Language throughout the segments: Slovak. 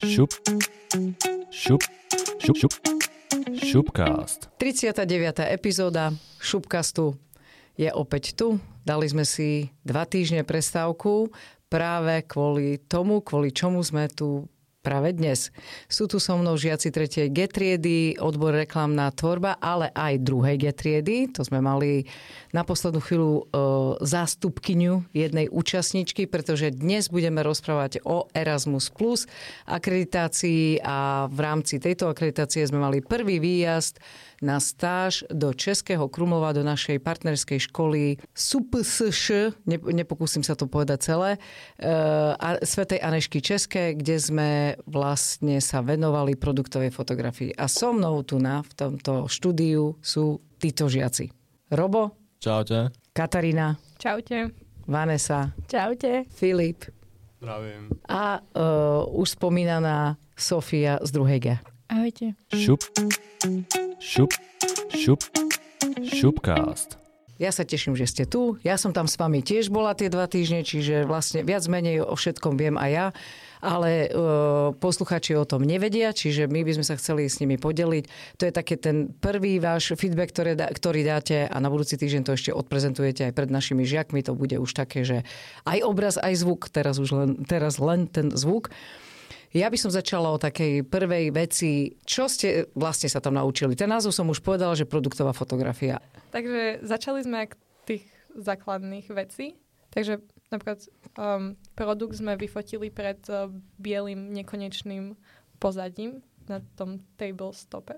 Šup, šup, šup, šup, šupcast. 39. epizóda Šupcastu je opäť tu. Dali sme si 2 týždne prestávku práve kvôli tomu, kvôli čomu sme tu práve dnes. Sú tu so mnou žiaci 3. G triedy, odbor reklamná tvorba, ale aj 2. G triedy. To sme mali na poslednú chvíľu zástupkyňu jednej účastničky, pretože dnes budeme rozprávať o Erasmus Plus akreditácii a v rámci tejto akreditácie sme mali prvý výjazd na stáž do Českého Krumlova, do našej partnerskej školy SUPSŠ, nepokúsim sa to povedať celé, Svätej Anežky České, kde sme vlastne sa venovali produktovej fotografii. A so mnou tu v tomto štúdiu sú títo žiaci. Robo. Čaute. Katarína. Čaute. Vanessa. Čaute. Filip. Zdravím. A už spomínaná Sofia z 2. G. Ahojte. Šup, šup, šup, šupcast. Ja sa teším, že ste tu. Ja som tam s vami tiež bola tie 2 týždne, čiže vlastne viac menej o všetkom viem aj ja, ale poslucháči o tom nevedia, čiže my by sme sa chceli s nimi podeliť. To je také ten prvý váš feedback, ktorý dáte a na budúci týždeň to ešte odprezentujete aj pred našimi žiakmi. To bude už také, že aj obraz, aj zvuk, teraz len ten zvuk. Ja by som začala o takej prvej veci. Čo ste vlastne sa tam naučili? Ten názov som už povedala, že produktová fotografia. Takže začali sme tých základných vecí. Takže napríklad produkt sme vyfotili pred bielým nekonečným pozadím na tom tablestope.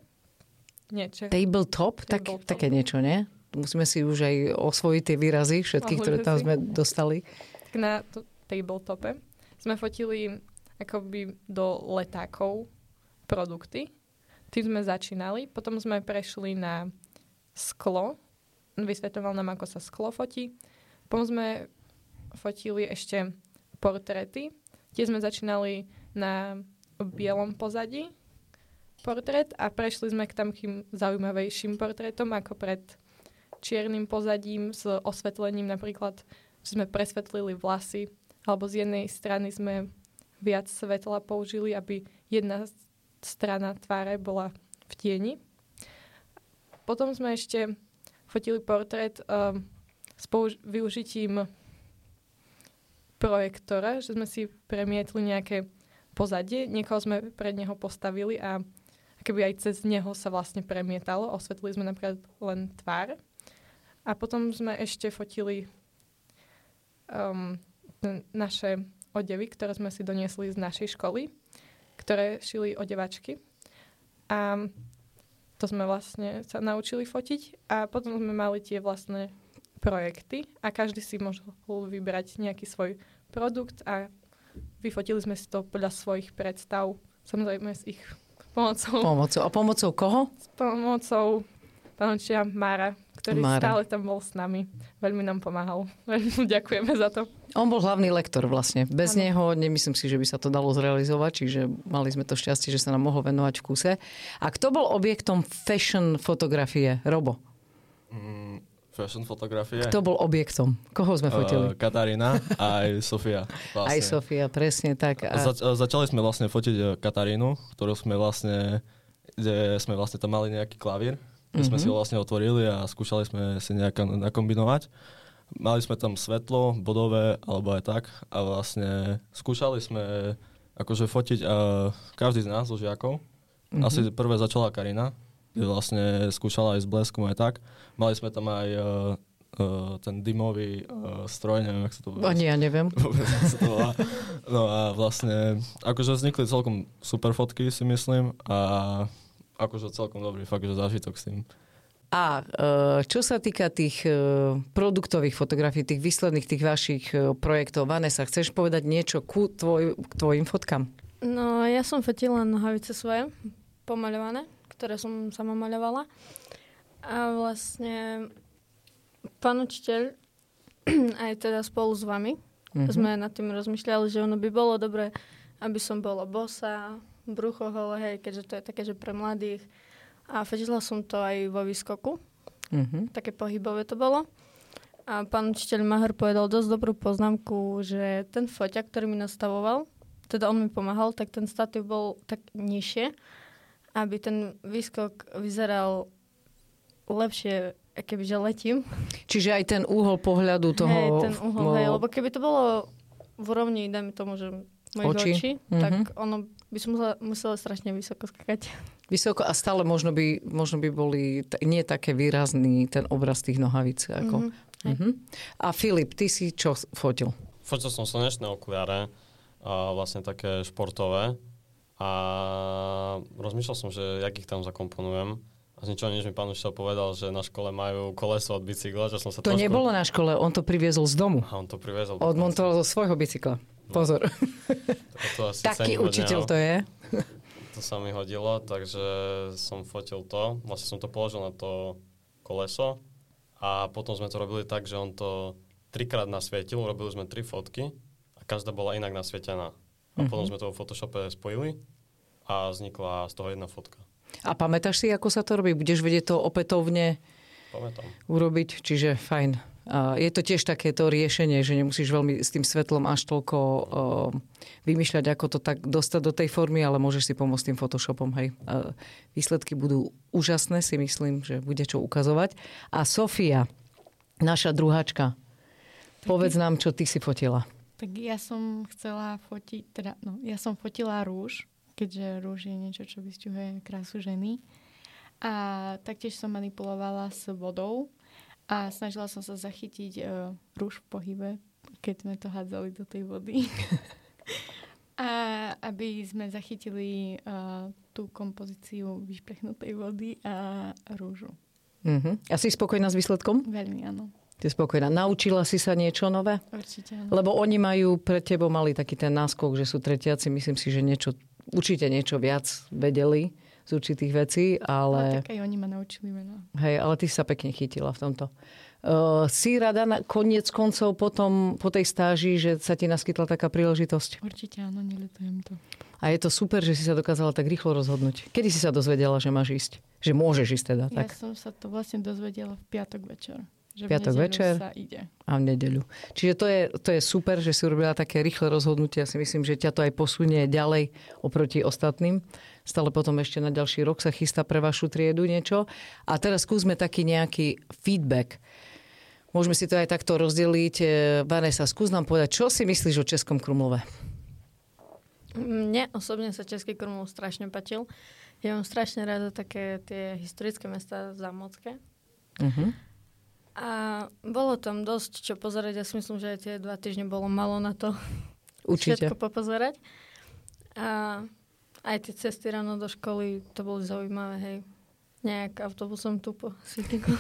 Tabletop? Také niečo, nie? Musíme si už aj osvojiť tie výrazy, všetky, ktoré tam sme dostali. Tak na tabletope sme fotili akoby do letákov produkty. Tým sme začínali. Potom sme prešli na sklo. Vysvetľoval nám, ako sa sklo fotí. Potom sme fotili ešte portréty. Tie sme začínali na bielom pozadí portrét a prešli sme k takým zaujímavejším portrétom, ako pred čiernym pozadím s osvetlením. Napríklad, že sme presvetlili vlasy, alebo z jednej strany sme viac svetla použili, aby jedna strana tváre bola v tieni. Potom sme ešte fotili portrét s využitím projektora, že sme si premietli nejaké pozadie, niekoho sme pred neho postavili a keby aj cez neho sa vlastne premietalo. Osvetlili sme napríklad len tvár. A potom sme ešte fotili naše odevy, ktoré sme si doniesli z našej školy, ktoré šili odevačky. A to sme vlastne sa naučili fotiť. A potom sme mali tie vlastné projekty a každý si mohol vybrať nejaký svoj produkt a vyfotili sme si to podľa svojich predstav. Samozrejme s ich pomocou. A pomocou koho? S pomocou pánočia Mára, ktorý stále tam bol s nami. Veľmi nám pomáhal. Veľmi ďakujeme za to. On bol hlavný lektor vlastne. Bez neho nemyslím si, že by sa to dalo zrealizovať, čiže mali sme to šťastie, že sa nám mohol venovať v kuse. A kto bol objektom fashion fotografie? Robo? Fashion fotografie? Kto bol objektom? Koho sme fotili? Katarína a aj Sofia. Vlastne. Aj Sofia, presne tak. Začali sme vlastne fotiť Katarínu, kde sme vlastne tam mali nejaký klavír, kde sme si ho vlastne otvorili a skúšali sme si nejak nakombinovať. Mali sme tam svetlo, bodové, alebo aj tak. A vlastne skúšali sme akože fotiť každý z nás, zo žiakov. Asi prvé začala Karina, kde vlastne skúšala aj s bleskom aj tak. Mali sme tam aj ten dymový stroj, neviem, jak sa to volá. Ani ja neviem. No a vlastne akože vznikli celkom super fotky, si myslím. A akože celkom dobrý fakt, že zážitok s tým. A čo sa týka tých produktových fotografií, tých výsledných, tých vašich projektov, Vanessa, chceš povedať niečo k tvojim fotkám? No, ja som fotila nohavice svoje, pomaľované, ktoré som sama maľovala. A vlastne pán učiteľ, aj teda spolu s vami, sme nad tým rozmýšľali, že ono by bolo dobré, aby som bola bosa, brucho holé, hej, keďže to je také, že pre mladých. A fotila som to aj vo výskoku. Také pohybové to bolo. A pán učiteľ Mahor povedal dosť dobrú poznámku, že ten foťak, ktorý mi nastavoval, teda on mi pomáhal, tak ten statív bol tak nižšie, aby ten výskok vyzeral lepšie, kebyže letím. Čiže aj ten úhol pohľadu toho... Hej, ten úhol, lebo keby to bolo v úrovni, dajme tomu, že mojich očí, tak ono by som musela strašne vysoko skakať. Vysoko a stále možno by boli nie také výrazný ten obraz tých nohavíc. Ako. A Filip, ty si čo fotil? Fotil som slnečné okuliare, vlastne také športové. A rozmýšľal som, že jak ich tam zakomponujem. A z ničoho nič mi pán učiteľ povedal, že na škole majú koleso od bicykla, že som sa To nebolo na škole, on to priviezol z domu. A on to priviezol. Odmontoval zo svojho bicykla. Pozor. Taký učiteľ to je. To sa mi hodilo, takže som fotil to. Vlastne som to položil na to koleso a potom sme to robili tak, že on to 3-krát nasvietil, robili sme 3 fotky a každá bola inak nasvietená. A potom sme to vo Photoshope spojili a vznikla z toho jedna fotka. A pamätáš si, ako sa to robí? Budeš vedieť to opätovne urobiť? Čiže fajn. Je to tiež takéto riešenie, že nemusíš veľmi s tým svetlom až toľko vymýšľať, ako to tak dostať do tej formy, ale môžeš si pomôcť tým Photoshopom. Hej. Výsledky budú úžasné, si myslím, že bude čo ukazovať. A Sofia, naša druháčka, povedz nám, čo ty si fotila. Tak ja som chcela fotiť, ja som fotila rúž, keďže rúž je niečo, čo vysťuhuje krásu ženy. A taktiež som manipulovala s vodou a snažila som sa zachytiť rúž v pohybe, keď sme to hádzali do tej vody. A aby sme zachytili tú kompozíciu vyšprechnutej vody a rúžu. A si spokojná s výsledkom? Veľmi, áno. Ty spokojná. Naučila si sa niečo nové? Určite, áno. Lebo oni majú pre tebou mali taký ten náskok, že sú tretiaci. Myslím si, že určite niečo viac vedeli z určitých vecí, ale... Tak aj oni ma naučili veľa. Hej, ale ty sa pekne chytila v tomto. Si rada na koniec koncov potom, po tej stáži, že sa ti naskytla taká príležitosť? Určite áno, neľutujem to. A je to super, že si sa dokázala tak rýchlo rozhodnúť. Kedy si sa dozvedela, že máš ísť? Že môžeš ísť teda? Ja tak? som sa to vlastne dozvedela v piatok večer. Že piatok večer sa ide. A v nedeľu. Čiže to je super, že si urobila také rýchle rozhodnutie. Ja si myslím, že ťa to aj posunie ďalej oproti ostatným. Stále potom ešte na ďalší rok sa chystá pre vašu triedu niečo. A teraz skúsme taký nejaký feedback. Môžeme si to aj takto rozdeliť. Vanessa, skús nám povedať, čo si myslíš o Českom Krumlove? Mne osobne sa Český Krumlov strašne páčil. Ja mám strašne rada také tie historické mestá zámocké. A bolo tam dosť čo pozerať. Ja si myslím, že aj tie 2 týždne bolo malo na to všetko popozerať. A aj tie cesty ráno do školy, to boli zaujímavé, hej. Nejak autobusom tu po Svítiku.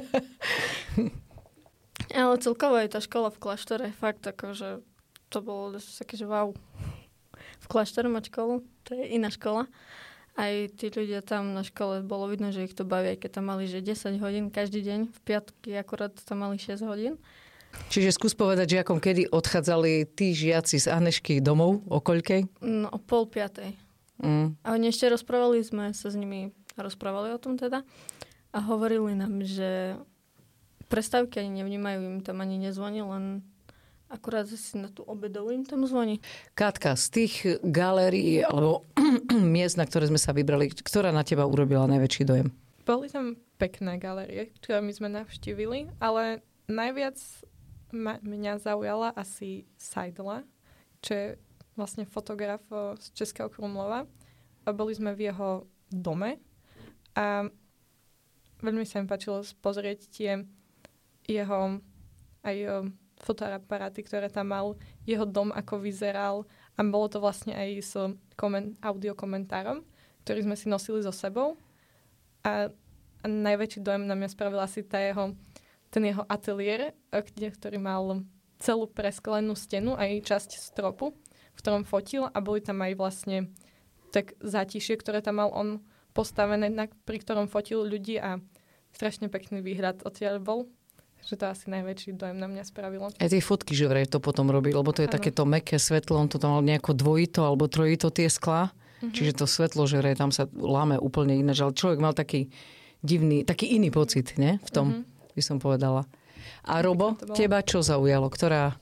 Ale celkovo aj tá škola v kláštore, fakt akože to bolo také, že wow. V kláštore mať školu, to je iná škola. Aj tí ľudia tam na škole, bolo vidno, že ich to baví, aj keď tam mali že 10 hodín každý deň. V piatky akurát tam mali 6 hodín. Čiže skús povedať, žiakom, kedy odchádzali tí žiaci z Anežky domov? O koľkej? No, o 4:30. A oni ešte sme sa s nimi rozprávali o tom teda. A hovorili nám, že prestávky ani nevnímajú, im tam ani nezvoní, len akurát si na tú obedovú im tam zvoní. Katka, z tých galérií alebo miest, na ktoré sme sa vybrali, ktorá na teba urobila najväčší dojem? Boli tam pekné galérie, ktoré my sme navštívili, ale najviac mňa zaujala asi Seidla, čo je vlastne fotograf z Českého Krumlova. A boli sme v jeho dome a veľmi sa mi páčilo pozrieť tie jeho aj fotoaparáty, ktoré tam mal, jeho dom, ako vyzeral a bolo to vlastne aj s audiokomentárom, ktorý sme si nosili so sebou a najväčší dojem na mňa spravil asi ten jeho ateliér, ktorý mal celú presklenú stenu aj časť stropu, v ktorom fotil a boli tam aj vlastne tak zátišie, ktoré tam mal on postavené, pri ktorom fotil ľudí a strašne pekný výhľad odtiaľ bol. Že to asi najväčší dojem na mňa spravilo. Aj tie fotky, že vraj to potom robí, lebo to je takéto mäkké svetlo, on to tam mal nejako dvojito alebo trojito tie sklá. Čiže to svetlo, že vraj tam sa láme úplne ináč, ale človek mal taký divný, taký iný pocit, ne? V tom, by som povedala. A Robo, teba čo zaujalo? Ktorá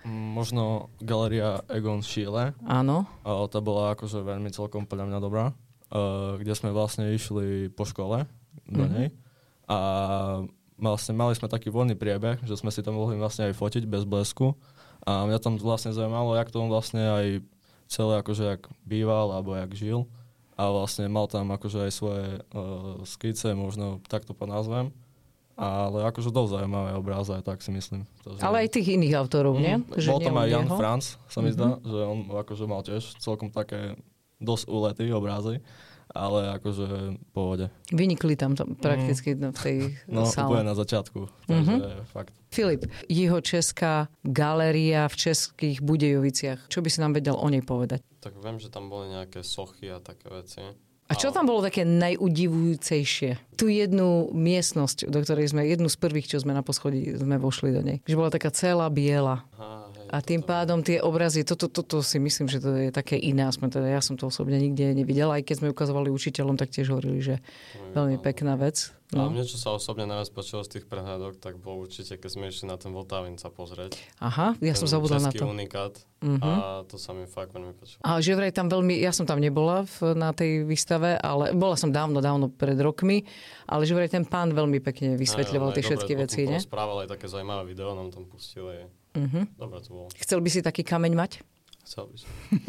Možno Galeria Egon Schiele. Áno. Tá bola akože veľmi celkom podľa mňa dobrá. Kde sme vlastne išli po škole do nej. A vlastne mali sme taký voľný priebeh, že sme si tam mohli vlastne aj fotiť bez blesku. A mňa tam vlastne zaujímalo, jak to on vlastne aj celé akože jak býval, alebo jak žil. A vlastne mal tam akože aj svoje skice, možno takto ponazvem. Ale akože dosť zaujímavé obrazy, tak si myslím. Takže... Ale aj tých iných autorov, nie? Že bol tam aj Jan jeho? Franz, sa mi zdá, že on akože mal tiež celkom také dosť uletý obrazy, ale akože v pohode. Vynikli tam prakticky v tej sále. Úplne na začiatku, takže fakt. Filip, Jihočeská galéria v Českých Budejoviciach. Čo by si nám vedel o nej povedať? Tak viem, že tam boli nejaké sochy a také veci. A čo tam bolo také najudivujúcejšie? Tu jednu miestnosť, do ktorej sme, jednu z prvých, čo sme na poschodí, sme vošli do nej. Že bola taká celá biela. A tým pádom tie obrazy, toto si myslím, že to je také iné. Ja som to osobne nikde nevidela, aj keď sme ukazovali učiteľom, tak tiež hovorili, že veľmi pekná vec. No. A mne, čo sa osobne najviac počilo z tých prehľadok, tak bol určite, keď sme išli na ten Vltavín sa pozrieť. Aha, ja som zabudla na to. Český unikát. A to sa mi fakt veľmi počilo. A že vraj tam veľmi, ja som tam nebola na tej výstave, ale bola som dávno pred rokmi, ale že vraj ten pán veľmi pekne vysvetľoval tie všetky veci, ne? Správal aj také zaujímavé video, nám tam pustili. Dobre to bolo. Chcel by si taký kameň mať? Chcel by som.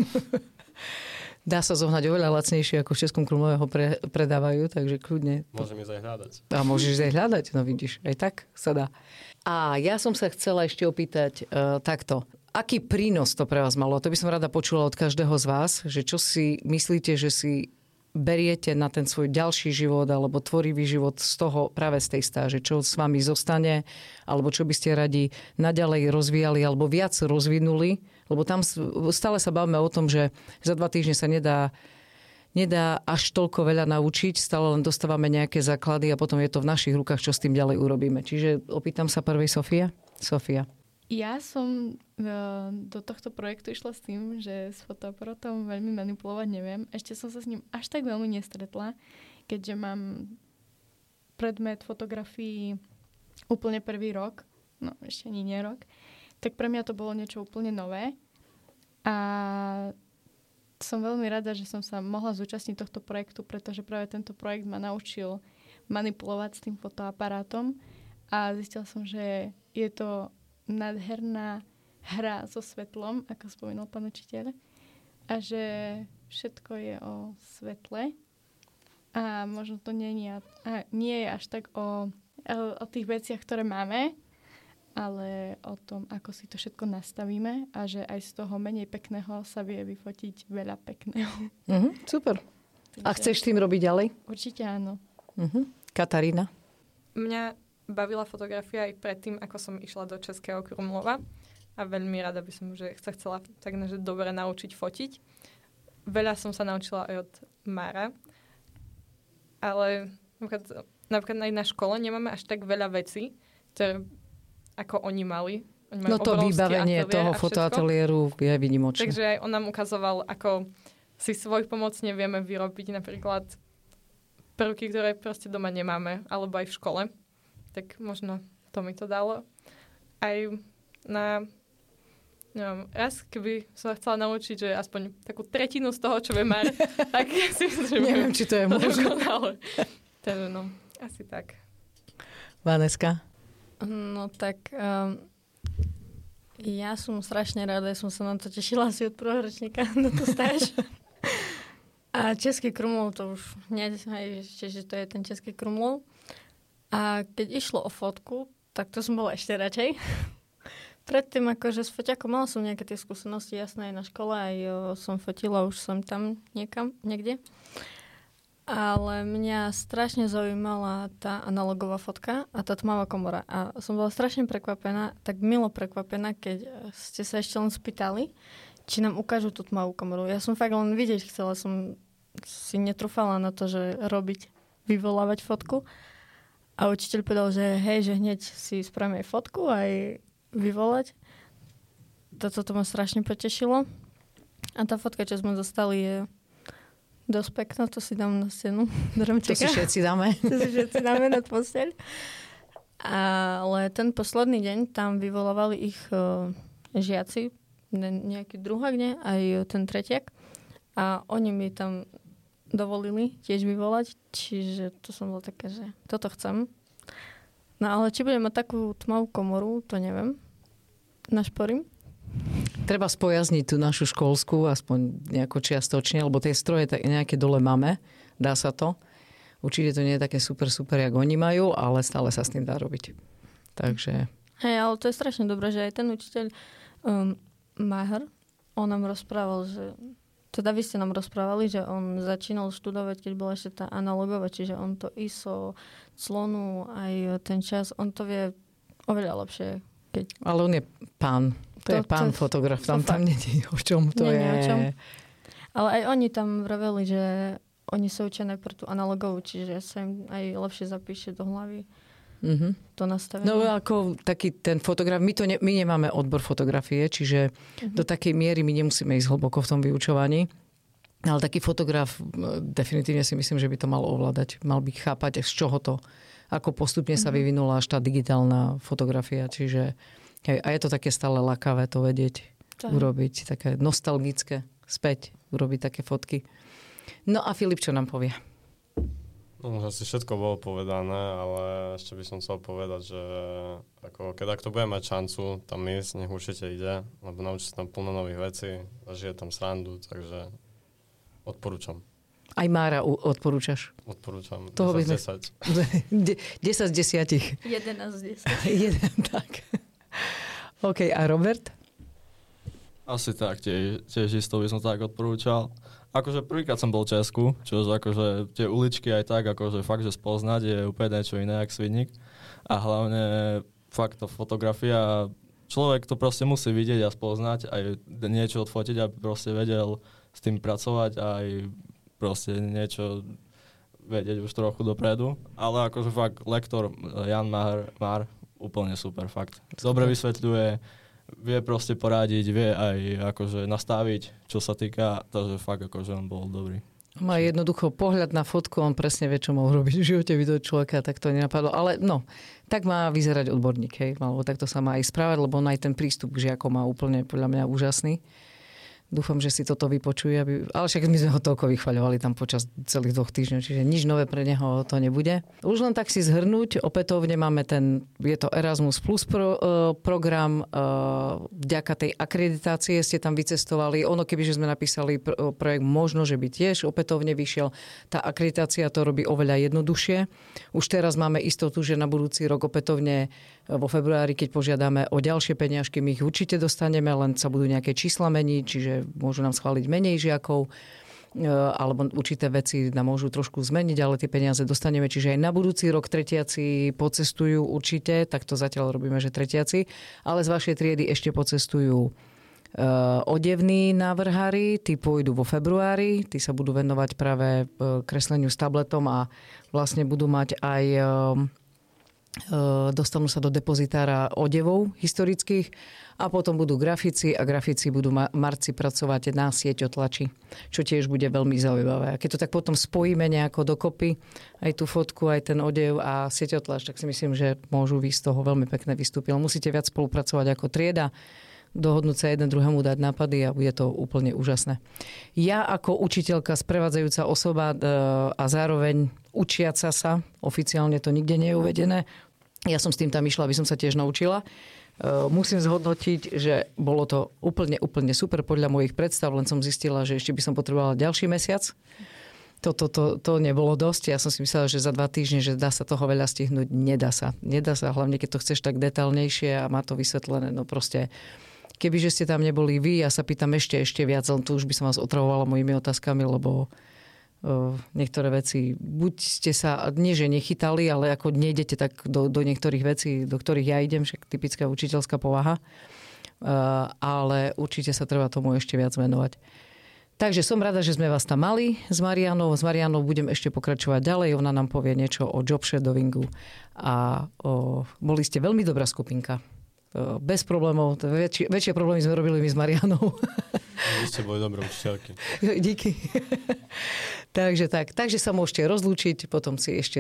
Dá sa zohnať oveľa lacnejšie, ako v Českom Krumlove ho predávajú, takže kľudne. Môžem ísť aj hľadať. A môžeš aj hľadať, no vidíš, aj tak sa dá. A ja som sa chcela ešte opýtať takto. Aký prínos to pre vás malo? To by som rada počula od každého z vás, že čo si myslíte, že si beriete na ten svoj ďalší život alebo tvorivý život z toho, práve z tej stáže, čo s vami zostane, alebo čo by ste radi naďalej rozvíjali alebo viac rozvinuli, lebo tam stále sa bavíme o tom, že za 2 týždne sa nedá až toľko veľa naučiť, stále len dostávame nejaké základy a potom je to v našich rukách, čo s tým ďalej urobíme. Čiže opýtam sa prvej Sofia. Ja som do tohto projektu išla s tým, že s fotoaparatom veľmi manipulovať neviem. Ešte som sa s ním až tak veľmi nestretla, keďže mám predmet fotografií úplne prvý rok, no ešte ani nie rok, tak pre mňa to bolo niečo úplne nové. A som veľmi rada, že som sa mohla zúčastniť tohto projektu, pretože práve tento projekt ma naučil manipulovať s tým fotoaparátom a zistila som, že je to nádherná hra so svetlom, ako spomínal pán učiteľ, a že všetko je o svetle a možno to nie je až tak o tých veciach, ktoré máme, ale o tom, ako si to všetko nastavíme a že aj z toho menej pekného sa vie vyfotiť veľa pekného. Super. A chceš tým robiť ďalej? Určite áno. Katarína? Mňa bavila fotografia aj predtým, ako som išla do Českého Krumlova a veľmi rada by som sa chcela tak dobre naučiť fotiť. Veľa som sa naučila aj od Mára, ale napríklad aj na škole nemáme až tak veľa vecí, ktoré ako oni mali. No to vybavenie toho fotoateliéru je výnimočné. Takže aj on nám ukazoval, ako si svojpomocne vieme vyrobiť napríklad prvky, ktoré proste doma nemáme, alebo aj v škole. Tak možno to mi to dalo. Aj raz, keby som sa chcela naučiť, že aspoň takú tretinu z toho, čo vie Mar, tak si myslím, že neviem, či to je možné. Takže asi tak. Vaneska? No tak ja som strašne rada, som sa na to tešila asi od prvého ročníka na tú stáž. A Český Krumlov to už ešte, že to je ten Český Krumlov. A keď išlo o fotku, tak to som bola ešte radšej. Predtým akože s foťakom mala som nejaké tie skúsenosti, jasné, aj na škole, aj som fotila, už som tam niekde. Ale mňa strašne zaujímala tá analogová fotka a tá tmavá komora. A som bola strašne prekvapená, tak milo prekvapená, keď ste sa ešte len spýtali, či nám ukážu tú tmavú komoru. Ja som fakt len vidieť chcela, som si netrúfala na to, že vyvolávať fotku. A učiteľ povedal, že hej, že hneď si spravíme aj fotku, aj vyvolať. Toto ma strašne potešilo. A tá fotka, čo sme dostali, je dosť pekná, to si dám na stenu. To si všetci dáme. To si všetci dáme na posteľ. Ale ten posledný deň tam vyvolávali ich žiaci, nejaký druhák, nie? Aj ten tretiak. A oni mi tam dovolili tiež vyvolať, čiže to som bola také, že toto chcem. No ale či budem mať takú tmavú komoru, to neviem. Našporím. Treba spojazniť tú našu školskú, aspoň nejako čiastočne, lebo tie stroje nejaké dole máme, dá sa to. Určite to nie je také super, jak oni majú, ale stále sa s tým dá robiť. Takže... Hej, ale to je strašne dobré, že aj ten učiteľ Maher, on nám rozprával, že teda vy ste nám rozprávali, že on začínal študovať, keď bola ešte tá analogová, čiže on to ISO, clonu, aj ten čas, on to vie oveľa lepšie. Ale on je pán. To je pán fotograf. Tam nie je o čom to je. O čom. Ale aj oni tam vraveli, že oni sa učia najprv tú analogovú, čiže sa im aj lepšie zapíše do hlavy. To nastavenie. No ako taký ten fotograf, my nemáme odbor fotografie, čiže do takej miery my nemusíme ísť hlboko v tom vyučovaní. Ale taký fotograf definitívne si myslím, že by to mal ovládať. Mal by chápať, z čoho to, ako postupne sa vyvinula až tá digitálna fotografia. Čiže hej, a je to také stále lakavé to vedieť, urobiť, také nostalgické, späť urobiť také fotky. No a Filip, čo nám povie? No, asi všetko bolo povedané, ale ešte by som chcel povedať, že keď to bude mať šancu tam ísť, nech určite ide, lebo naučí sa tam plno nových vecí, zažije tam srandu, takže odporúčam. Aj Mára odporúčaš? Odporúčam. Toho 10 z 10. 10 z 10. 11 z 10. Tak. OK, a Robert? Asi tak, tiež isto by som tak odporúčal. Akože prvýkrát som bol v Česku, čo akože tie uličky aj tak, akože fakt, že spoznať je úplne niečo iné, jak Svidník. A hlavne fakt to fotografia, človek to proste musí vidieť a spoznať, aj niečo odfotiť, aby proste vedel s tým pracovať, aj proste niečo vedieť už trochu dopredu. Ale akože fakt lektor Jan Már úplne super, fakt. Dobre vysvetľuje, vie proste poradiť, vie aj akože nastaviť, čo sa týka, takže fakt akože on bol dobrý. Má jednoducho pohľad na fotku, on presne vie, čo mohol robiť v živote vidieť človeka, tak to nenapadlo. Ale no, tak má vyzerať odborník, hej, alebo takto sa má aj správať, lebo on aj ten prístup k žiakom má úplne podľa mňa úžasný. Dúfam, že si toto vypočuje. Ale však my sme ho toľko vychvaľovali tam počas celých 2 týždňov, čiže nič nové pre neho to nebude. Už len tak si zhrnúť, opätovne máme je to Erasmus Plus program. Vďaka tej akreditácie ste tam vycestovali. Ono, kebyže sme napísali projekt, možno, že by tiež opätovne vyšiel. Tá akreditácia to robí oveľa jednoduchšie. Už teraz máme istotu, že na budúci rok opätovne vo februári, keď požiadame o ďalšie peniažky, my ich určite dostaneme, len sa budú nejaké čísla meniť, čiže môžu nám schváliť menej žiakov, alebo určité veci nám môžu trošku zmeniť, ale tie peniaze dostaneme. Čiže aj na budúci rok tretiaci pocestujú určite, tak to zatiaľ robíme, že tretiaci, ale z vašej triedy ešte pocestujú odevní návrhári, tí pôjdu vo februári, tí sa budú venovať práve kresleniu s tabletom a vlastne budú mať aj dostanú sa do depozitára odevov historických a potom budú grafici a grafici budú marci pracovať na sieťotlači, čo tiež bude veľmi zaujímavé. A keď to tak potom spojíme nejako dokopy, aj tú fotku, aj ten odev a sieťotlač, tak si myslím, že môžu výjsť z toho veľmi pekné vystúpy. Musíte viac spolupracovať ako trieda, dohodnúť sa jeden druhému, dať nápady a bude to úplne úžasné. Ja ako učiteľka, sprevádzajúca osoba a zároveň učiaca sa, oficiálne to nikde nie je uvedené, ja som s tým tam išla, aby som sa tiež naučila. Musím zhodnotiť, že bolo to úplne super podľa mojich predstav, len som zistila, že ešte by som potrebovala ďalší mesiac. To nebolo dosť. Ja som si myslela, že za 2 týždne, že dá sa toho veľa stihnúť. Nedá sa, hlavne keď to chceš tak detailnejšie a má to vysvetlené. No proste, kebyže ste tam neboli vy, ja sa pýtam ešte viac, len tu už by som vás otravovala mojimi otázkami, lebo niektoré veci, buď ste sa, nie že nechytali, ale ako nejdete tak do niektorých vecí, do ktorých ja idem, však typická učiteľská povaha, ale určite sa treba tomu ešte viac venovať. Takže som rada, že sme vás tam mali s Marianou. S Marianou budem ešte pokračovať ďalej. Ona nám povie niečo o job shadowingu. A boli ste veľmi dobrá skupinka. Bez problémov. Väčšie problémy sme robili my s Marianou. Vy ste boli dobré učiteľky. Díky. Takže sa môžete rozlúčiť, potom si ešte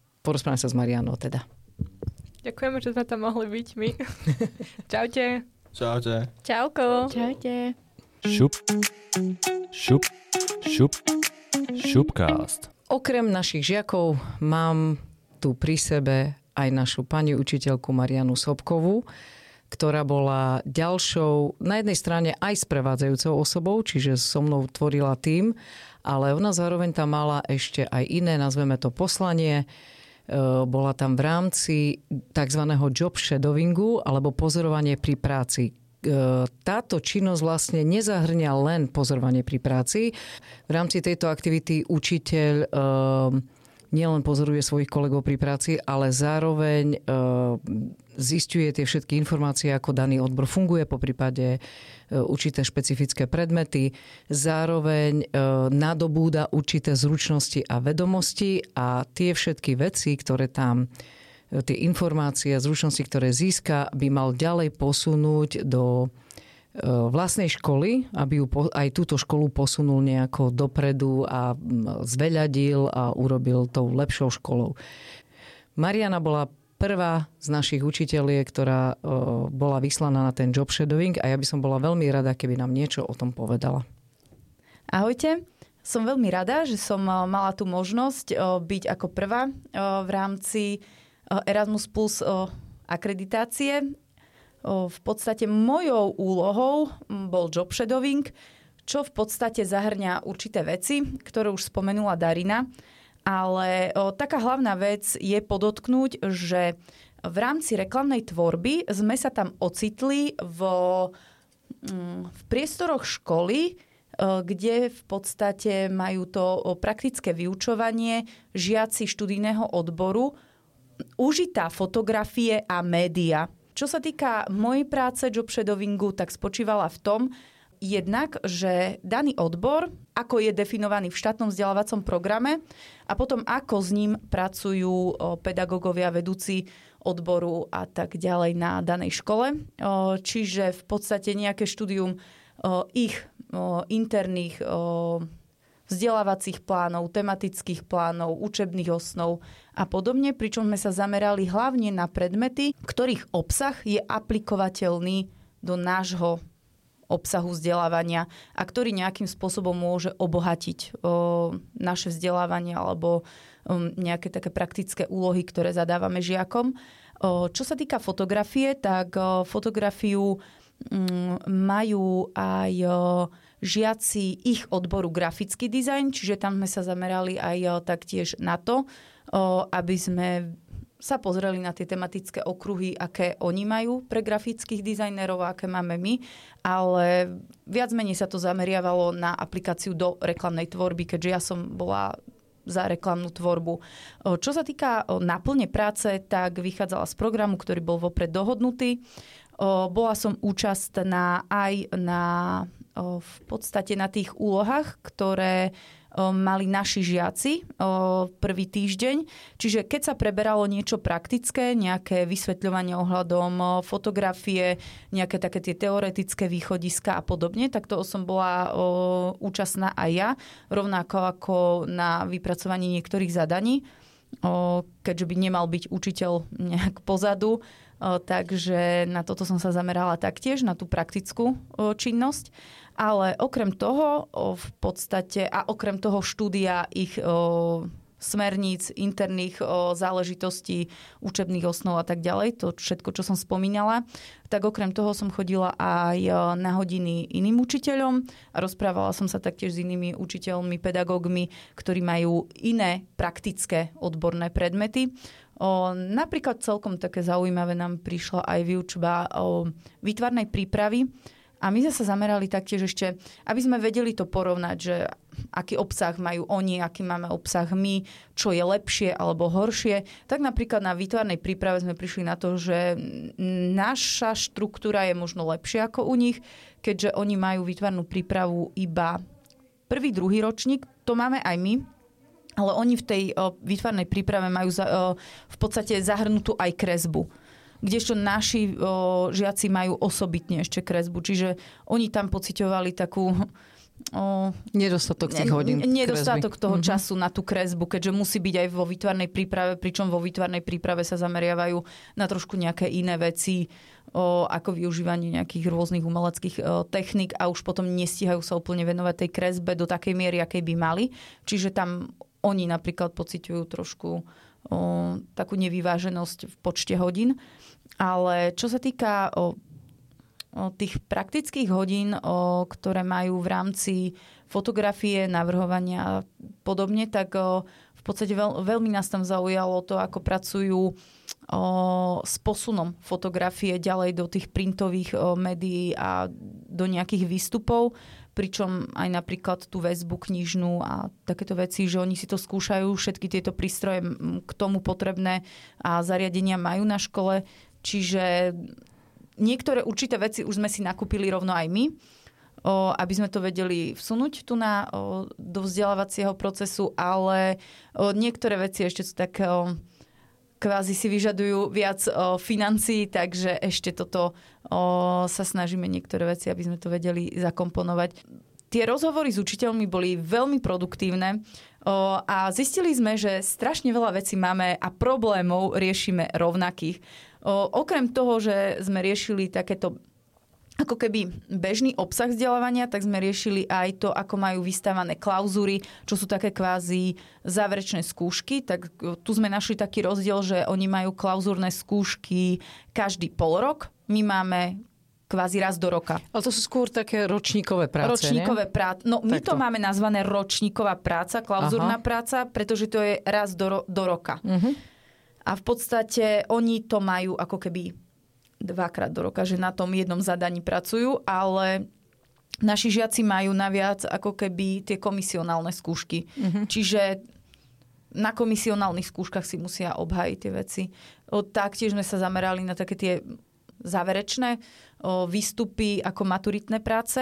porozprávame sa s Marianou teda. Ďakujeme, že sme tam mohli byť my. Čaute. Čaute. Čauko. Čaute. Šup, šup, šup, šupcast. Okrem našich žiakov mám tu pri sebe aj našu pani učiteľku Marianu Sobkovú, ktorá bola ďalšou, na jednej strane aj sprevádzajúcou osobou, čiže so mnou tvorila tím, ale ona zároveň tam mala ešte aj iné, nazveme to poslanie. Bola tam v rámci tzv. Job shadowingu alebo pozorovanie pri práci. Táto činnosť vlastne nezahrňa len pozorovanie pri práci. V rámci tejto aktivity učiteľ nielen pozoruje svojich kolegov pri práci, ale zároveň zisťuje tie všetky informácie, ako daný odbor funguje, poprípade určité špecifické predmety. Zároveň nadobúda určité zručnosti a vedomosti a tie všetky veci, ktoré tam, tie informácie a zručnosti, ktoré získa, by mal ďalej posunúť do vlastnej školy, aby aj túto školu posunul nejako dopredu a zveľadil a urobil tou lepšou školou. Mariana bola prvá z našich učiteľiek, ktorá bola vyslaná na ten job shadowing a ja by som bola veľmi rada, keby nám niečo o tom povedala. Ahojte, som veľmi rada, že som mala tú možnosť byť ako prvá v rámci Erasmus Plus akreditácie. V podstate mojou úlohou bol job shadowing, čo v podstate zahrňa určité veci, ktoré už spomenula Darina. Ale taká hlavná vec je podotknúť, že v rámci reklamnej tvorby sme sa tam ocitli v priestoroch školy, kde v podstate majú to praktické vyučovanie žiaci študijného odboru, užitá fotografie a média. Čo sa týka mojej práce job shadowingu, tak spočívala v tom, jednak, že daný odbor, ako je definovaný v štátnom vzdelávacom programe a potom ako s ním pracujú pedagógovia, vedúci odboru a tak ďalej na danej škole. Čiže v podstate nejaké štúdium ich interných vzdelávacích plánov, tematických plánov, učebných osnov a podobne, pričom sme sa zamerali hlavne na predmety, ktorých obsah je aplikovateľný do nášho obsahu vzdelávania a ktorý nejakým spôsobom môže obohatiť naše vzdelávanie alebo nejaké také praktické úlohy, ktoré zadávame žiakom. Čo sa týka fotografie, tak fotografiu majú aj žiaci ich odboru grafický dizajn, čiže tam sme sa zamerali aj taktiež na to, aby sme sa pozreli na tie tematické okruhy, aké oni majú pre grafických dizajnerov, aké máme my, ale viac menej sa to zameriavalo na aplikáciu do reklamnej tvorby, keďže ja som bola za reklamnú tvorbu. Čo sa týka náplne práce, tak vychádzala z programu, ktorý bol vopred dohodnutý. Bola som účastná aj v podstate na tých úlohách, ktoré mali naši žiaci prvý týždeň. Čiže keď sa preberalo niečo praktické, nejaké vysvetľovanie ohľadom fotografie, nejaké také tie teoretické východiska a podobne, tak toho som bola účastná aj ja, rovnako ako na vypracovaní niektorých zadaní, keďže by nemal byť učiteľ nejak pozadu. Takže na toto som sa zamerala taktiež, na tú praktickú činnosť. Ale okrem toho v podstate a okrem toho štúdia ich smerníc, interných záležitostí, učebných osnov a tak ďalej, to všetko, čo som spomínala, tak okrem toho som chodila aj na hodiny iným učiteľom a rozprávala som sa taktiež s inými učiteľmi, pedagógmi, ktorí majú iné praktické odborné predmety. Napríklad celkom také zaujímavé nám prišla aj výučba výtvarnej prípravy. A my sme sa zamerali taktiež ešte, aby sme vedeli to porovnať, že aký obsah majú oni, aký máme obsah my, čo je lepšie alebo horšie. Tak napríklad na výtvarnej príprave sme prišli na to, že naša štruktúra je možno lepšia ako u nich, keďže oni majú výtvarnú prípravu iba prvý, druhý ročník. To máme aj my, ale oni v tej výtvarnej príprave majú v podstate zahrnutú aj kresbu. Kdežto naši žiaci majú osobitne ešte kresbu. Čiže oni tam pociťovali takú Nedostatok tých hodín nedostatok toho času na tú kresbu, keďže musí byť aj vo výtvarnej príprave, pričom vo výtvarnej príprave sa zameriavajú na trošku nejaké iné veci, ako využívanie nejakých rôznych umeleckých techník a už potom nestíhajú sa úplne venovať tej kresbe do takej miery, akej by mali. Čiže tam oni napríklad pociťujú trošku takú nevyváženosť v počte hodín. Ale čo sa týka tých praktických hodín, ktoré majú v rámci fotografie, navrhovania a podobne, tak v podstate veľmi nás tam zaujalo to, ako pracujú s posunom fotografie ďalej do tých printových médií a do nejakých výstupov, pričom aj napríklad tú väzbu knižnú a takéto veci, že oni si to skúšajú, všetky tieto prístroje k tomu potrebné a zariadenia majú na škole, čiže niektoré určité veci už sme si nakúpili rovno aj my, aby sme to vedeli vsunúť tu do vzdelávacieho procesu, ale niektoré veci ešte sú tak kvázi si vyžadujú viac financií, takže ešte toto sa snažíme niektoré veci, aby sme to vedeli zakomponovať. Tie rozhovory s učiteľmi boli veľmi produktívne a zistili sme, že strašne veľa vecí máme a problémov riešime rovnakých. Okrem toho, že sme riešili takéto ako keby bežný obsah vzdelávania, tak sme riešili aj to, ako majú vystávané klauzúry, čo sú také kvázi záverečné skúšky. Tak tu sme našli taký rozdiel, že oni majú klauzúrne skúšky každý polrok. My máme kvázi raz do roka. Ale to sú skôr také ročníkové práce, ročníkové práce. No my to máme nazvané ročníková práca, klauzúrna práca, pretože to je raz do roka. A v podstate oni to majú ako keby 2-krát do roka, že na tom jednom zadaní pracujú, ale naši žiaci majú naviac ako keby tie komisionálne skúšky. Čiže na komisionálnych skúškach si musia obhájiť tie veci. Taktiež sme sa zamerali na také tie záverečné výstupy ako maturitné práce.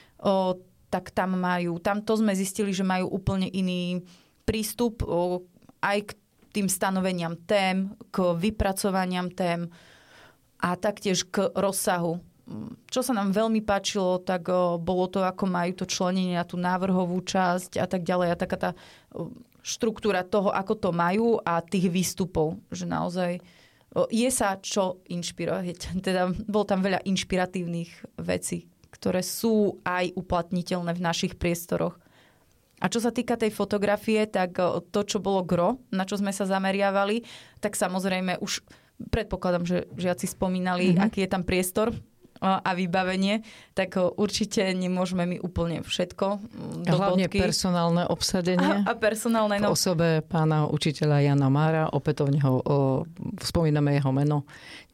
Tak tam to sme zistili, že majú úplne iný prístup aj k tým stanoveniam tém, k vypracovaniam tém a taktiež k rozsahu. Čo sa nám veľmi páčilo, tak bolo to, ako majú to členenie na tú návrhovú časť a tak ďalej. A taká tá štruktúra toho, ako to majú a tých výstupov. Že naozaj je sa čo inšpirovať. Teda bolo tam veľa inšpiratívnych vecí, ktoré sú aj uplatniteľné v našich priestoroch. A čo sa týka tej fotografie, tak to, čo bolo gro, na čo sme sa zameriavali, tak samozrejme už predpokladám, že žiaci spomínali, aký je tam priestor a vybavenie, tak určite nemôžeme my úplne všetko do hlavne bodky. Personálne obsadenie. A personálne. V osobe pána učiteľa Jana Mára. Opätovne spomíname jeho meno.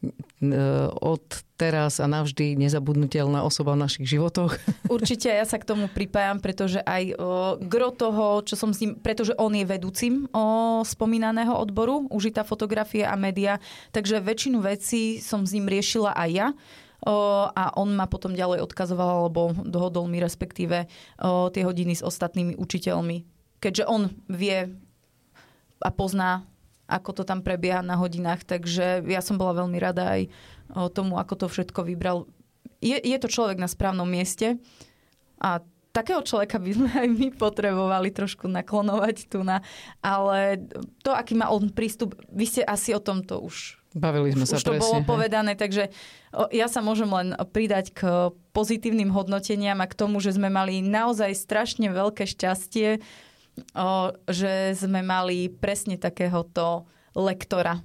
Od teraz a navždy nezabudnutelná osoba v našich životoch. Určite ja sa k tomu pripájam, pretože aj gro toho, čo som s ním, pretože on je vedúcim spomínaného odboru, užitá fotografie a média, takže väčšinu vecí som s ním riešila aj ja. A on ma potom ďalej odkazoval, alebo dohodol mi respektíve tie hodiny s ostatnými učiteľmi. Keďže on vie a pozná, ako to tam prebieha na hodinách, takže ja som bola veľmi rada aj tomu, ako to všetko vybral. Je to človek na správnom mieste a takého človeka by sme aj my potrebovali trošku naklonovať tu ale to, aký má on prístup, vy ste asi o tomto už bavili sme sa už to presne, bolo povedané, takže ja sa môžem len pridať k pozitívnym hodnoteniam a k tomu, že sme mali naozaj strašne veľké šťastie, že sme mali presne takéhoto lektora,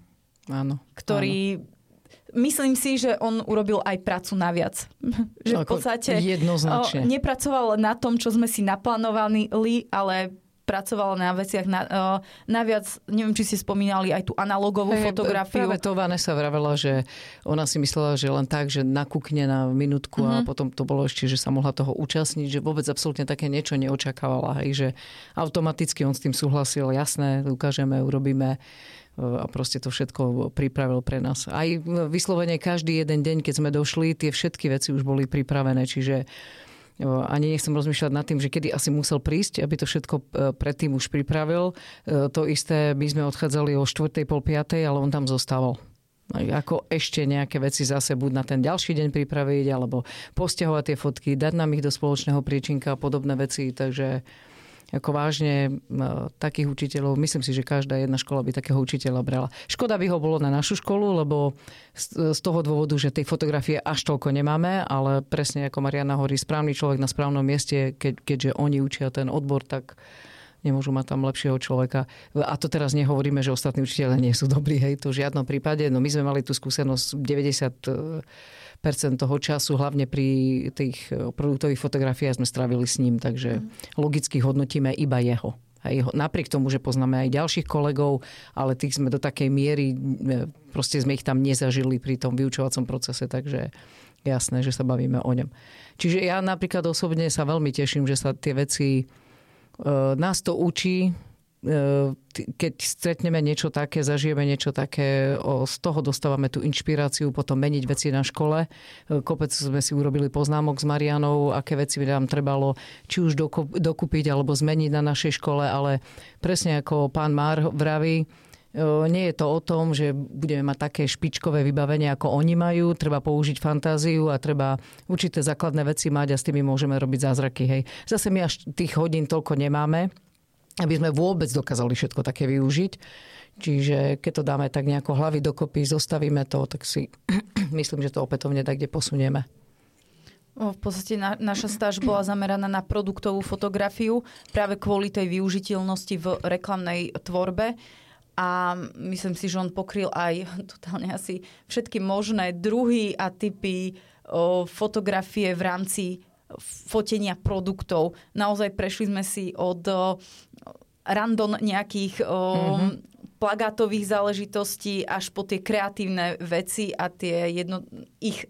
ktorý myslím si, že on urobil aj prácu naviac. Že v podstate nepracoval na tom, čo sme si naplánovali, ale pracovala na veciach naviac, neviem, či ste spomínali aj tú analogovú fotografiu. Práve to Vanessa vravela, že ona si myslela, že len tak, že nakúkne na minútku a potom to bolo ešte, že sa mohla toho účastniť, že vôbec absolútne také niečo neočakávala. Že automaticky on s tým súhlasil, jasné, ukážeme, urobíme a proste to všetko pripravil pre nás. Aj vyslovene každý jeden deň, keď sme došli, tie všetky veci už boli pripravené, čiže ani nechcem rozmýšľať nad tým, že kedy asi musel prísť, aby to všetko predtým už pripravil. To isté, my sme odchádzali o 4:30, 5:30, ale on tam zostával. Ako ešte nejaké veci zase buď na ten ďalší deň pripraviť, alebo posťahovať tie fotky, dať nám ich do spoločného priečinka a podobné veci. Takže ako vážne takých učiteľov, myslím si, že každá jedna škola by takého učiteľa brala. Škoda by ho bolo na našu školu, lebo z toho dôvodu, že tej fotografie až toľko nemáme, ale presne ako Mariana hovorí, správny človek na správnom mieste, keďže oni učia ten odbor, tak nemôžu mať tam lepšieho človeka. A to teraz nehovoríme, že ostatní učiteľe nie sú dobrí, hej, to v žiadnom prípade. No my sme mali tú skúsenosť 90% toho času, hlavne pri tých produktových fotografiách sme strávili s ním, takže logicky hodnotíme iba jeho. Hej, napriek tomu, že poznáme aj ďalších kolegov, ale tých sme do takej miery, proste sme ich tam nezažili pri tom vyučovacom procese, takže jasné, že sa bavíme o ňom. Čiže ja napríklad osobne sa veľmi teším, že sa tie veci nás to učí, keď stretneme niečo také, zažijeme niečo také, z toho dostávame tú inšpiráciu potom meniť veci na škole. Kopec sme si urobili poznámok s Marianou, aké veci by nám trebalo či už dokúpiť alebo zmeniť na našej škole, ale presne ako pán Már vraví, nie je to o tom, že budeme mať také špičkové vybavenie, ako oni majú. Treba použiť fantáziu a treba určité základné veci mať a s tými môžeme robiť zázraky. Hej. Zase my až tých hodín toľko nemáme, aby sme vôbec dokázali všetko také využiť. Čiže keď to dáme tak nejako hlavy dokopy, zostavíme to, tak si myslím, že to opätovne tak kde posunieme. V podstate naša stáž bola zameraná na produktovú fotografiu práve kvôli tej využiteľnosti v reklamnej tvorbe. A myslím si, že on pokryl aj totálne asi všetky možné druhy a typy fotografie v rámci fotenia produktov. Naozaj prešli sme si od random nejakých plagátových záležitostí až po tie kreatívne veci a tie ich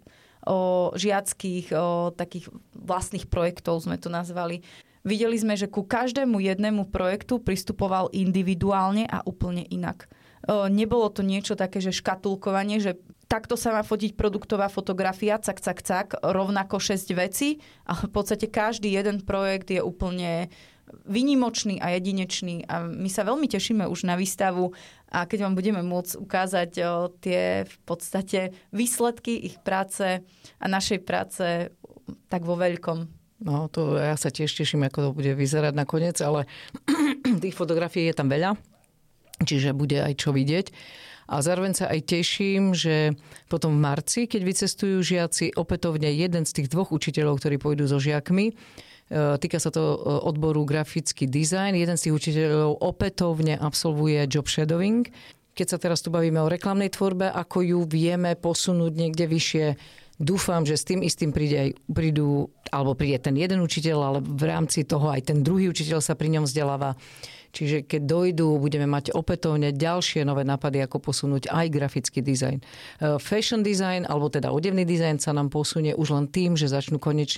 žiackých takých vlastných projektov sme to nazvali. Videli sme, že ku každému jednému projektu pristupoval individuálne a úplne inak. Nebolo to niečo také, že škatulkovanie, že takto sa má fotiť produktová fotografia, cak, rovnako 6 vecí, ale v podstate každý jeden projekt je úplne výnimočný a jedinečný a my sa veľmi tešíme už na výstavu a keď vám budeme môcť ukázať tie v podstate výsledky ich práce a našej práce tak vo veľkom. No, to ja sa tiež teším, ako to bude vyzerať nakoniec, ale tých fotografií je tam veľa, čiže bude aj čo vidieť. A zároveň sa aj teším, že potom v marci, keď vycestujú žiaci, opätovne jeden z tých dvoch učiteľov, ktorí pôjdu so žiakmi, týka sa to odboru grafický dizajn, jeden z tých učiteľov opätovne absolvuje job shadowing. Keď sa teraz tu bavíme o reklamnej tvorbe, ako ju vieme posunúť niekde vyššie, dúfam, že s tým istým príde ten jeden učiteľ, ale v rámci toho aj ten druhý učiteľ sa pri ňom vzdeláva. Čiže keď dojdú, budeme mať opätovne ďalšie nové nápady, ako posunúť aj grafický dizajn. Fashion design, alebo teda odevný dizajn sa nám posunie už len tým, že začnú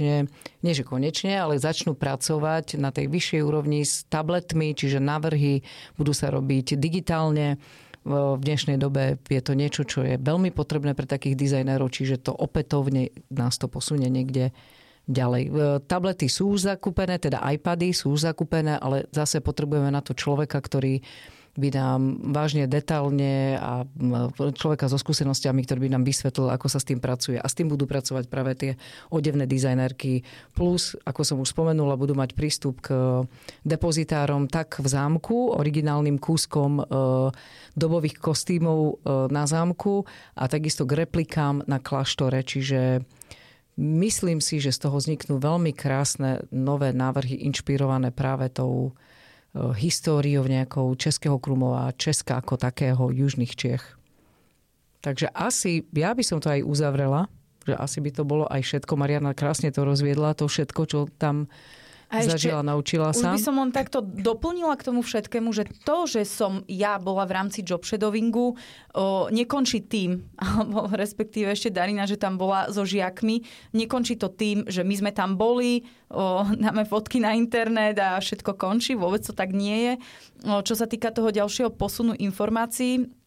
ale začnú pracovať na tej vyššej úrovni s tabletmi, čiže návrhy budú sa robiť digitálne. V dnešnej dobe je to niečo, čo je veľmi potrebné pre takých dizajnérov, čiže to opätovne nás to posunie niekde ďalej. Tablety sú už zakúpené, teda iPady sú už zakúpené, ale zase potrebujeme na to človeka, ktorý by nám vážne detailne a človeka so skúsenostiami, ktorý by nám vysvetlil, ako sa s tým pracuje. A s tým budú pracovať práve tie odevné dizajnerky. Plus, ako som už spomenula, budú mať prístup k depozitárom tak v zámku, originálnym kúskom dobových kostýmov na zámku a takisto k replikám na kláštore. Čiže myslím si, že z toho vzniknú veľmi krásne nové návrhy inšpirované práve tou históriou nejakou Českého Krumlova, Česka ako takého, južných Čiech. Takže asi, ja by som to aj uzavrela, že asi by to bolo aj všetko. Mariana krásne to rozviedla, to všetko, čo tam zažila, naučila sa. Už by som len takto doplnila k tomu všetkému, že to, že som ja bola v rámci job shadowingu, nekončí tým, alebo respektíve ešte Darina, že tam bola so žiakmi, nekončí to tým, že my sme tam boli, dáme fotky na internet a všetko končí, vôbec to tak nie je. Čo sa týka toho ďalšieho posunu informácií,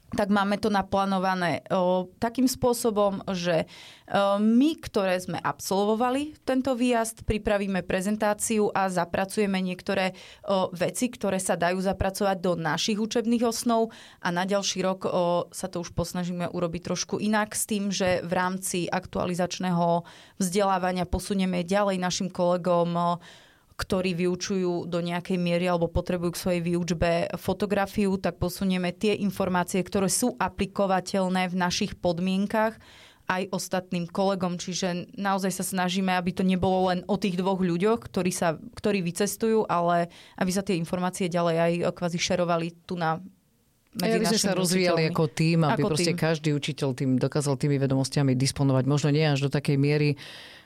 tak máme to naplánované takým spôsobom, že my, ktoré sme absolvovali tento výjazd, pripravíme prezentáciu a zapracujeme niektoré veci, ktoré sa dajú zapracovať do našich učebných osnov a na ďalší rok sa to už posnažíme urobiť trošku inak s tým, že v rámci aktualizačného vzdelávania posunieme ďalej našim kolegom, ktorí vyučujú do nejakej miery alebo potrebujú k svojej výučbe fotografiu, tak posunieme tie informácie, ktoré sú aplikovateľné v našich podmienkach aj ostatným kolegom. Čiže naozaj sa snažíme, aby to nebolo len o tých dvoch ľuďoch, ktorí vycestujú, ale aby sa tie informácie ďalej aj kvázi šerovali tu na medzi aby sme sa rozvíjali ako tým, aby proste každý učiteľ tým dokázal tými vedomostiami disponovať. Možno nie až do takej miery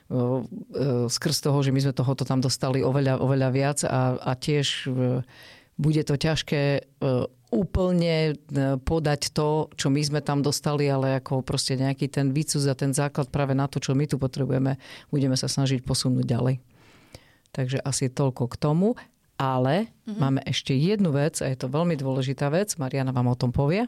skrz toho, že my sme tohoto tam dostali oveľa viac a tiež bude to ťažké úplne podať to, čo my sme tam dostali, ale ako proste nejaký ten výcud a ten základ práve na to, čo my tu potrebujeme, budeme sa snažiť posunúť ďalej. Takže asi toľko k tomu. Ale máme ešte jednu vec a je to veľmi dôležitá vec. Mariana vám o tom povie.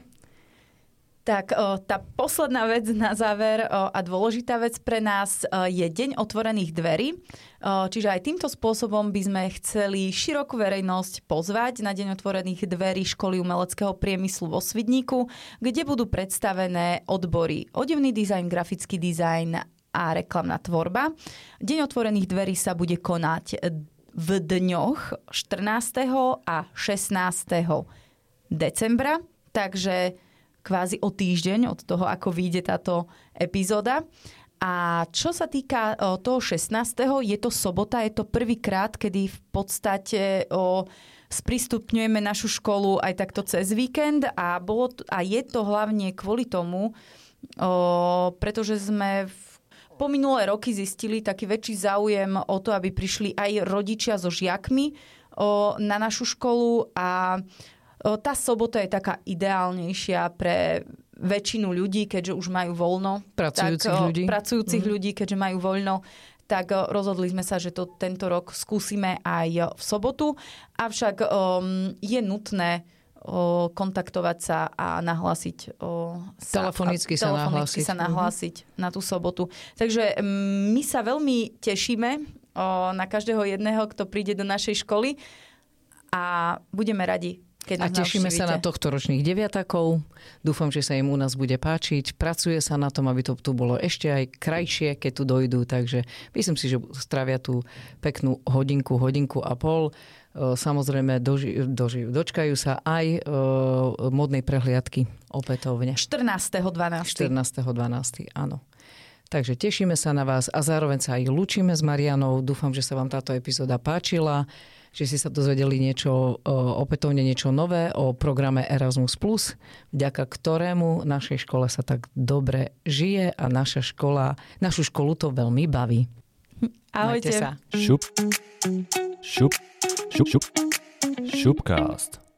Tak tá posledná vec na záver a dôležitá vec pre nás je Deň otvorených dverí. Čiže aj týmto spôsobom by sme chceli širokú verejnosť pozvať na Deň otvorených dverí Školy umeleckého priemyslu vo Svidníku, kde budú predstavené odbory odevný dizajn, grafický dizajn a reklamná tvorba. Deň otvorených dverí sa bude konať v dňoch 14. a 16. decembra, takže kvázi o týždeň od toho, ako vyjde táto epizóda. A čo sa týka toho 16. je to sobota, je to prvýkrát, kedy v podstate sprístupňujeme našu školu aj takto cez víkend a je to hlavne kvôli tomu, pretože sme po minulé roky zistili taký väčší záujem o to, aby prišli aj rodičia so žiakmi na našu školu a tá sobota je taká ideálnejšia pre väčšinu ľudí, keďže už majú voľno. Pracujúcich ľudí, keďže majú voľno. Tak rozhodli sme sa, že to tento rok skúsime aj v sobotu. Avšak je nutné kontaktovať sa a nahlásiť telefonicky sa nahlásiť na tú sobotu. Takže my sa veľmi tešíme na každého jedného, kto príde do našej školy a budeme radi, keď nás navštívite. A tešíme sa na tohtoročných deviatakov. Dúfam, že sa im u nás bude páčiť. Pracuje sa na tom, aby to tu bolo ešte aj krajšie, keď tu dojdú. Takže myslím si, že strávia tú peknú hodinku a pol. Samozrejme, dočkajú sa aj modnej prehliadky opätovne. 14.12. Áno. Takže tešíme sa na vás a zároveň sa aj lúčime s Marianou. Dúfam, že sa vám táto epizóda páčila, že si sa dozvedeli opätovne niečo nové o programe Erasmus+, vďaka ktorému našej škole sa tak dobre žije a našu školu to veľmi baví. Ahojte. Majte sa. Šupcast.